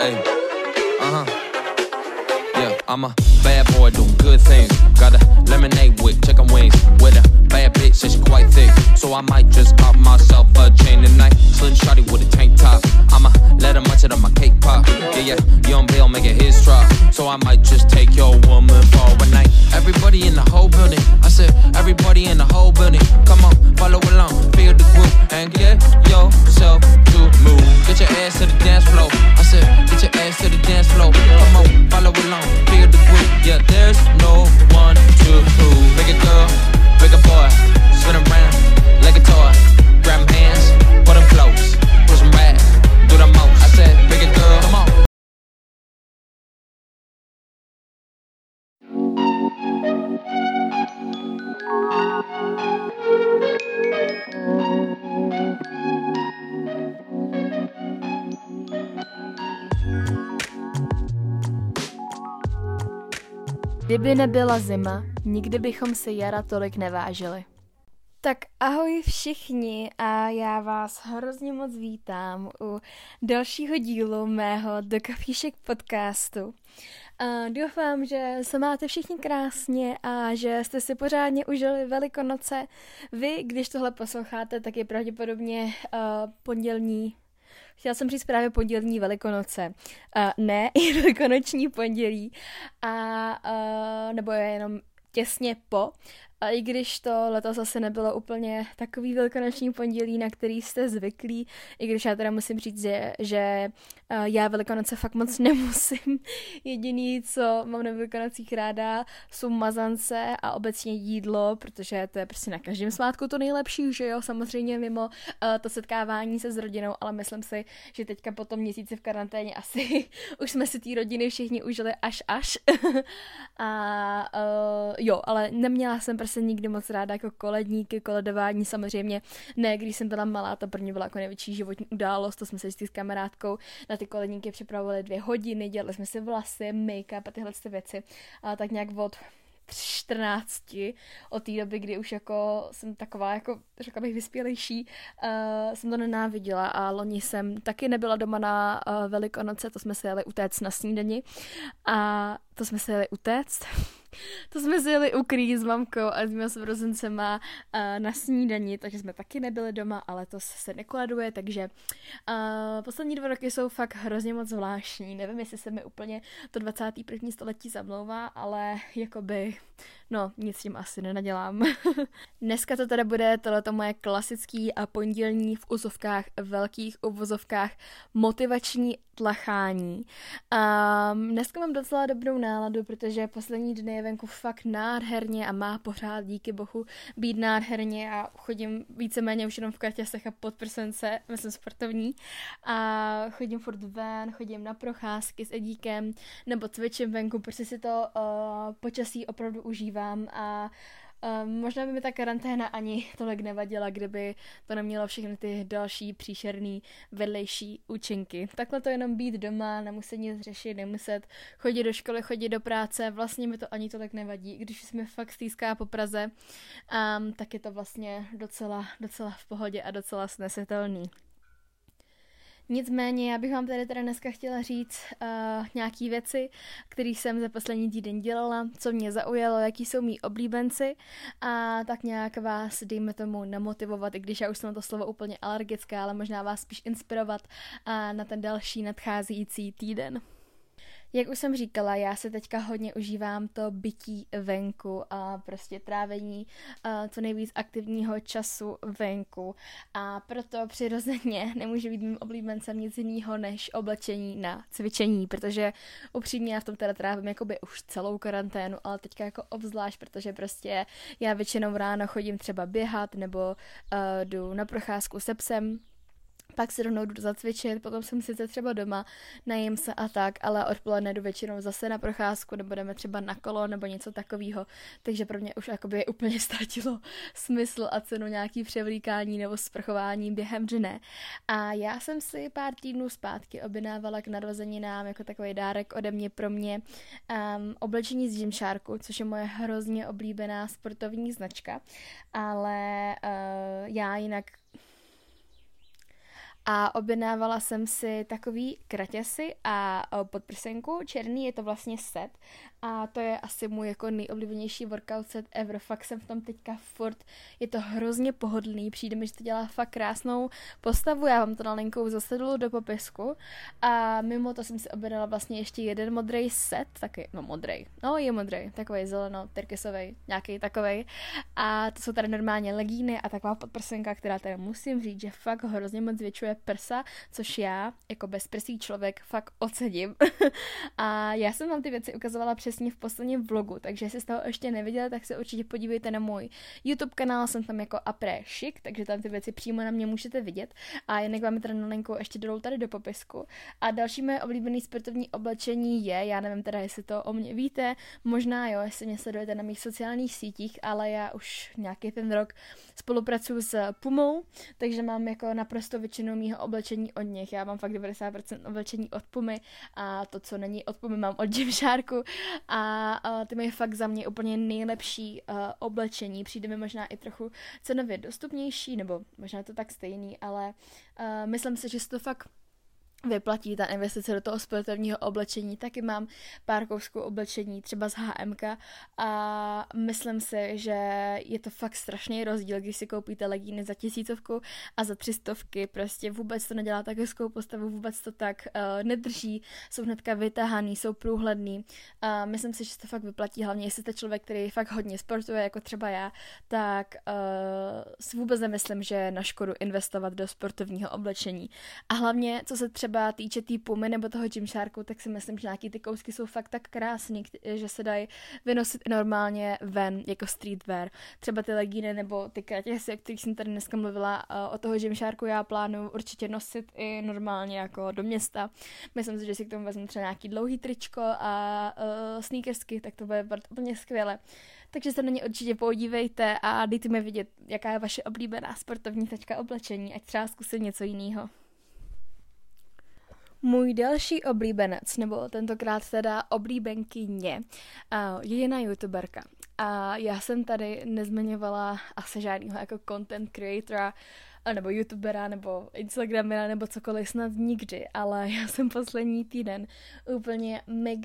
Hey, yeah, I'm a bad boy doing good things. Got a lemonade with chicken wings. With a bad bitch and she quite thick. So I might just pop myself a chain tonight. Slim shawty with a tank top. I'ma let her munch it on my cake pop. Yeah, young Bill making his drop. So I might just take your woman for a night. Everybody in the whole building. I said everybody in the whole building. Come on, follow along, feel the groove and get yourself to move. Get your ass to the dance floor. I said get your ass to the dance floor. Come on, follow along, feel the groove. Yeah, there's no one to prove. Big a girl, big a boy, spin around like a toy. Grab 'em hands, put 'em close, push 'em back, do the most. I said big a girl, come on. Kdyby nebyla zima, nikdy bychom si jara tolik nevážili. Tak ahoj všichni a já vás hrozně moc vítám u dalšího dílu mého Do kafíšek podcastu. Doufám, že se máte všichni krásně a že jste si pořádně užili Velikonoce. Vy, když tohle posloucháte, tak je pravděpodobně pondělní. Chtěla jsem říct právě pondělní Velikonoce. Ne, je velikonoční pondělí. Nebo je jenom těsně po. A i když to letos asi nebylo úplně takový velikonoční pondělí, na který jste zvyklí, i když já teda musím říct, že já Velikonoce fakt moc nemusím. Jediný, co mám na Velikonocích ráda, jsou mazance a obecně jídlo, protože to je prostě na každém svátku to nejlepší, že jo, samozřejmě mimo to setkávání se s rodinou, ale myslím si, že teďka po tom měsíci v karanténě asi už jsme si té rodiny všichni užili až. Jo, ale neměla jsem prostě nikdy moc ráda jako koledníky, koledování, samozřejmě ne, když jsem byla malá, to pro mě byla jako největší životní událost, to jsme se s kamarádkou na ty koledníky připravovali 2 hodiny, dělali jsme si vlasy, make-up a tyhle věci, a tak nějak od 14, od té doby, kdy už jako jsem taková, jako řekla bych vyspělejší, jsem to nenáviděla a loni jsem taky nebyla doma na Velikonoce, to jsme se jeli utéct na snídani a to jsme se jeli utéct. To jsme si jeli ukrýt s mamkou a s mým sourozencema na snídani, takže jsme taky nebyli doma, ale to se nekoleduje, takže poslední 2 roky jsou fakt hrozně moc zvláštní. Nevím, jestli se mi úplně to 21. století zamlouvá, ale jakoby, no, nic s tím asi nenadělám. Dneska to teda bude tohleto moje klasický a pondělní v uvozovkách, velkých uvozovkách motivační tlachání. Dneska mám docela dobrou náladu, protože poslední dny je venku fakt nádherně a má pořád díky bohu být nádherně a chodím víceméně už jenom v karťasech a podprsence, myslím sportovní, a chodím furt ven, chodím na procházky s Edíkem nebo cvičím venku, protože si to počasí opravdu užívám a možná by mi ta karanténa ani tolik nevadila, kdyby to nemělo všechny ty další příšerný vedlejší účinky. Takhle to jenom být doma, nemuset nic řešit, nemuset chodit do školy, chodit do práce, vlastně mi to ani tolik nevadí. Když jsme fakt stýská po Praze, tak je to vlastně docela v pohodě a docela snesitelný. Nicméně já bych vám tady teda dneska chtěla říct nějaký věci, které jsem za poslední týden dělala, co mě zaujalo, jaký jsou mý oblíbenci a tak nějak vás, dejme tomu, namotivovat, i když já už jsem na to slovo úplně alergická, ale možná vás spíš inspirovat na ten další nadcházející týden. Jak už jsem říkala, já se teďka hodně užívám to bytí venku a prostě trávení co nejvíc aktivního času venku a proto přirozeně nemůže být mým oblíbencem nic jiného než oblečení na cvičení, protože upřímně já v tom teda trávím jakoby už celou karanténu, ale teďka jako obzvlášť, protože prostě já většinou ráno chodím třeba běhat nebo jdu na procházku se psem, pak si rovnou jdu zacvičit, potom jsem sice třeba doma, najím se a tak, ale odpoledne jdu většinou zase na procházku, nebo jdeme třeba na kolo, nebo něco takového, takže pro mě už jakoby úplně ztratilo smysl a cenu nějaký převlíkání nebo sprchování během dne. A já jsem si pár týdnů zpátky objednávala k narozeninám jako takový dárek ode mě pro mě oblečení z Gymsharku, což je moje hrozně oblíbená sportovní značka, ale já jinak a objednávala jsem si takový kraťasy a podprsenku černý, je to vlastně set a to je asi můj jako nejoblíbenější workout set ever, fakt jsem v tom teďka furt, je to hrozně pohodlný, přijde mi, že to dělá fakt krásnou postavu, já vám to nalinkuju zase dolů do popisku a mimo to jsem si objednala vlastně ještě jeden modrý set, taky, je modrý, takovej zeleno, tyrkysovej, nějaký takovej a to jsou tady normálně legíny a taková podprsenka, která tady musím říct, že fakt hrozně moc zvětšuje prsa, což já jako bezprsý člověk fakt ocením. A já jsem vám ty věci ukazovala přesně v posledním vlogu, takže jestli jste ho ještě neviděli, tak se určitě podívejte na můj YouTube kanál, jsem tam jako Après Chic, takže tam ty věci přímo na mě můžete vidět a jinak vám je teda na linku ještě dolů tady do popisku. A další moje oblíbené sportovní oblečení je, já nevím teda, jestli to o mě víte, možná jo, jestli mě sledujete na mých sociálních sítích, ale já už nějaký ten rok spolupracuju s Pumou, takže mám jako naprosto většinu mýho oblečení od nich. Já mám fakt 90% oblečení od Pumy a to, co není od Pumy, mám od Gymsharku a ty mají fakt za mě úplně nejlepší oblečení. Přijde mi možná i trochu cenově dostupnější, nebo možná to tak stejný, ale myslím si, že si to fakt vyplatí ta investice do toho sportovního oblečení. Taky mám pár kousků oblečení, třeba z HMK a myslím si, že je to fakt strašný rozdíl, když si koupíte legíny za 1000 a za 300, prostě vůbec to nedělá tak hezkou postavu, vůbec to tak nedrží, jsou hnedka vytahaný, jsou průhledný. Myslím si, že se to fakt vyplatí, hlavně jestli jste člověk, který fakt hodně sportuje, jako třeba já, tak si vůbec nemyslím, že je na škodu investovat do sportovního oblečení. A hlavně, co se třeba týče té Pumy nebo toho Gymsharku, tak si myslím, že nějaký ty kousky jsou fakt tak krásný, že se dají vynosit normálně ven jako streetwear. Třeba ty legíny nebo ty kratěsy, o kterých jsem tady dneska mluvila, o toho Gymsharku já plánuju určitě nosit i normálně jako do města. Myslím si, že si k tomu vezmu třeba nějaký dlouhý tričko a sneakersky, tak to bude úplně skvěle. Takže se na ně určitě podívejte a dejte mi vidět, jaká je vaše oblíbená sportovní tačka oblečení, ať třeba zkusím něco jiného. Můj další oblíbenec, nebo tentokrát teda oblíbenkyně, je jiná youtuberka. A já jsem tady nezmiňovala asi žádného jako content creatora, nebo youtubera, nebo instagramera, nebo cokoliv snad nikdy, ale já jsem poslední týden úplně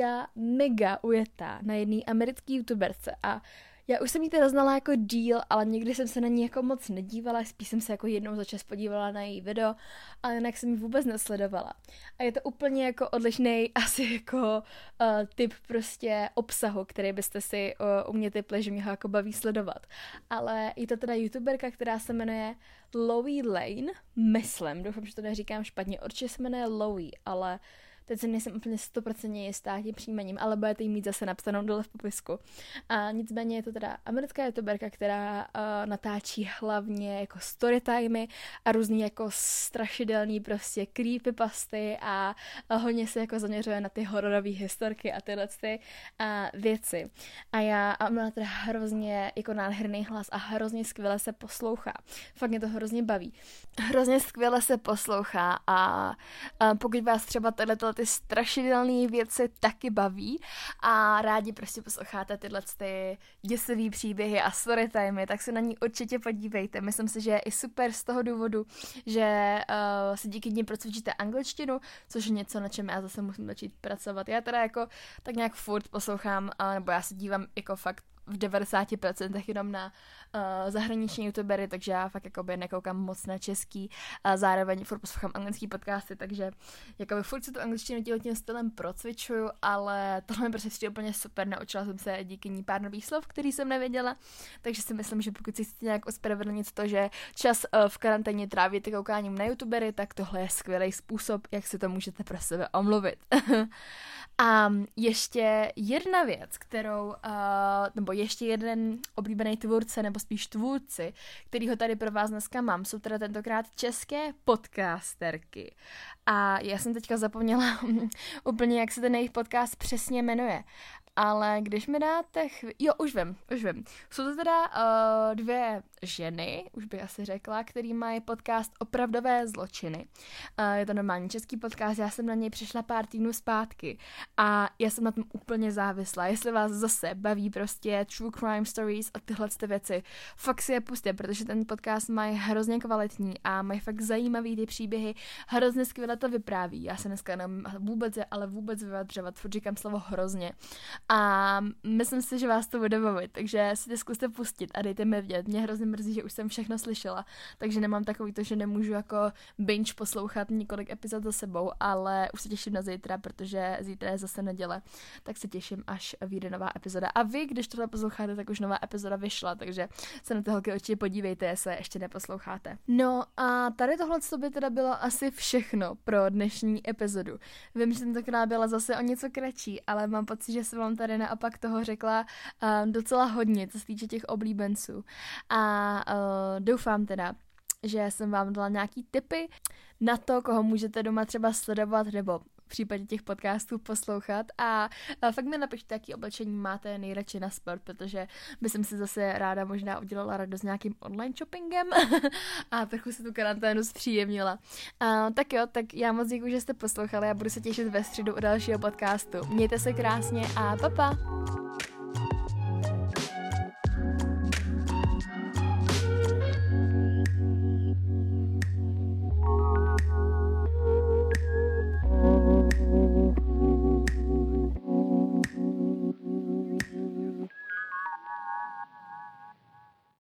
mega ujetá na jedné americké youtuberce a já už jsem ji teda znala jako díl, ale nikdy jsem se na ní jako moc nedívala, spíš jsem se jako jednou za čas podívala na její video, ale jinak jsem ji vůbec nesledovala. A je to úplně jako odlišný asi jako typ prostě obsahu, který byste si u mě typli, že mě ho jako baví sledovat. Ale je to teda youtuberka, která se jmenuje Loey Lane, myslím, doufám, že to neříkám špatně, určitě se jmenuje Loey, ale teď se nejsem úplně 100% jistá tím příjmením, ale budete jí mít zase napsanou dole v popisku. A nicméně je to teda americká youtuberka, která natáčí hlavně jako storytimey a různý jako strašidelný prostě creepypasty a hodně se jako zaměřuje na ty hororové historky a tyhle věci. A má teda hrozně jako nádherný hlas a hrozně skvěle se poslouchá. Fakt mě to hrozně baví. Hrozně skvěle se poslouchá a pokud vás třeba ty strašidelné věci taky baví a rádi prostě posloucháte tyhle děsivý příběhy a storytimey, tak se na ní určitě podívejte. Myslím si, že je i super z toho důvodu, že si díky ní procvičíte angličtinu, což je něco, na čem já zase musím začít pracovat. Já teda jako tak nějak furt poslouchám, nebo já se dívám jako fakt v 90% jenom na zahraniční youtubery, takže já fakt jakoby nekoukám moc na český a zároveň furt poslouchám anglický podcasty, takže jakoby furt si tu angličtinu tím stylem procvičuju, ale tohle mi prostě přijde úplně super, naučila jsem se díky ní pár nových slov, který jsem nevěděla, takže si myslím, že pokud si chcete nějak ospravedlnit to, že čas v karanténě trávíte koukáním na youtubery, tak tohle je skvělý způsob, jak si to můžete pro sebe omluvit. A ještě jedna věc, nebo ještě jeden oblíbený tvůrce, nebo spíš tvůrci, kterýho tady pro vás dneska mám, jsou teda tentokrát české podcasterky. A já jsem teďka zapomněla úplně, jak se ten jejich podcast přesně jmenuje. ale když mi dáte už vím. Jsou to teda 2 ženy, už bych asi řekla, který mají podcast Opravdové zločiny. Je to normální český podcast, já jsem na něj přišla pár týdnů zpátky a já jsem na tom úplně závislá. Jestli vás zase baví prostě true crime stories a tyhle věci, fakt si je pusťte, protože ten podcast mají hrozně kvalitní a mají fakt zajímavý ty příběhy, hrozně skvěle to vypráví. Já se dneska vůbec vyjadřovat, furt říkám slovo hrozně. A myslím si, že vás to bude bavit, takže si to zkuste pustit a dejte mi vědět. Mě hrozně mrzí, že už jsem všechno slyšela, takže nemám takový to, že nemůžu jako binge poslouchat několik epizod za sebou, ale už se těším na zítra, protože zítra je zase neděle, tak se těším, až vyjde nová epizoda. A vy, když tohle posloucháte, tak už nová epizoda vyšla, takže se na ty holky určitě podívejte, jestli ještě neposloucháte. No a tady tohle by teda bylo asi všechno pro dnešní epizodu. Vím, že tentokrát byla zase o něco kratší, ale mám pocit, že jsem vám tady naopak toho řekla docela hodně, co se týče těch oblíbenců. A doufám teda, že jsem vám dala nějaký tipy na to, koho můžete doma třeba sledovat nebo v případě těch podcastů poslouchat a fakt mi napište, jaký oblečení máte nejradši na sport, protože bych si zase ráda možná udělala radost s nějakým online shoppingem a trochu si tu karanténu zpříjemnila. Tak jo, tak já moc děkuji, že jste poslouchali a budu se těšit ve středu u dalšího podcastu. Mějte se krásně a pa pa!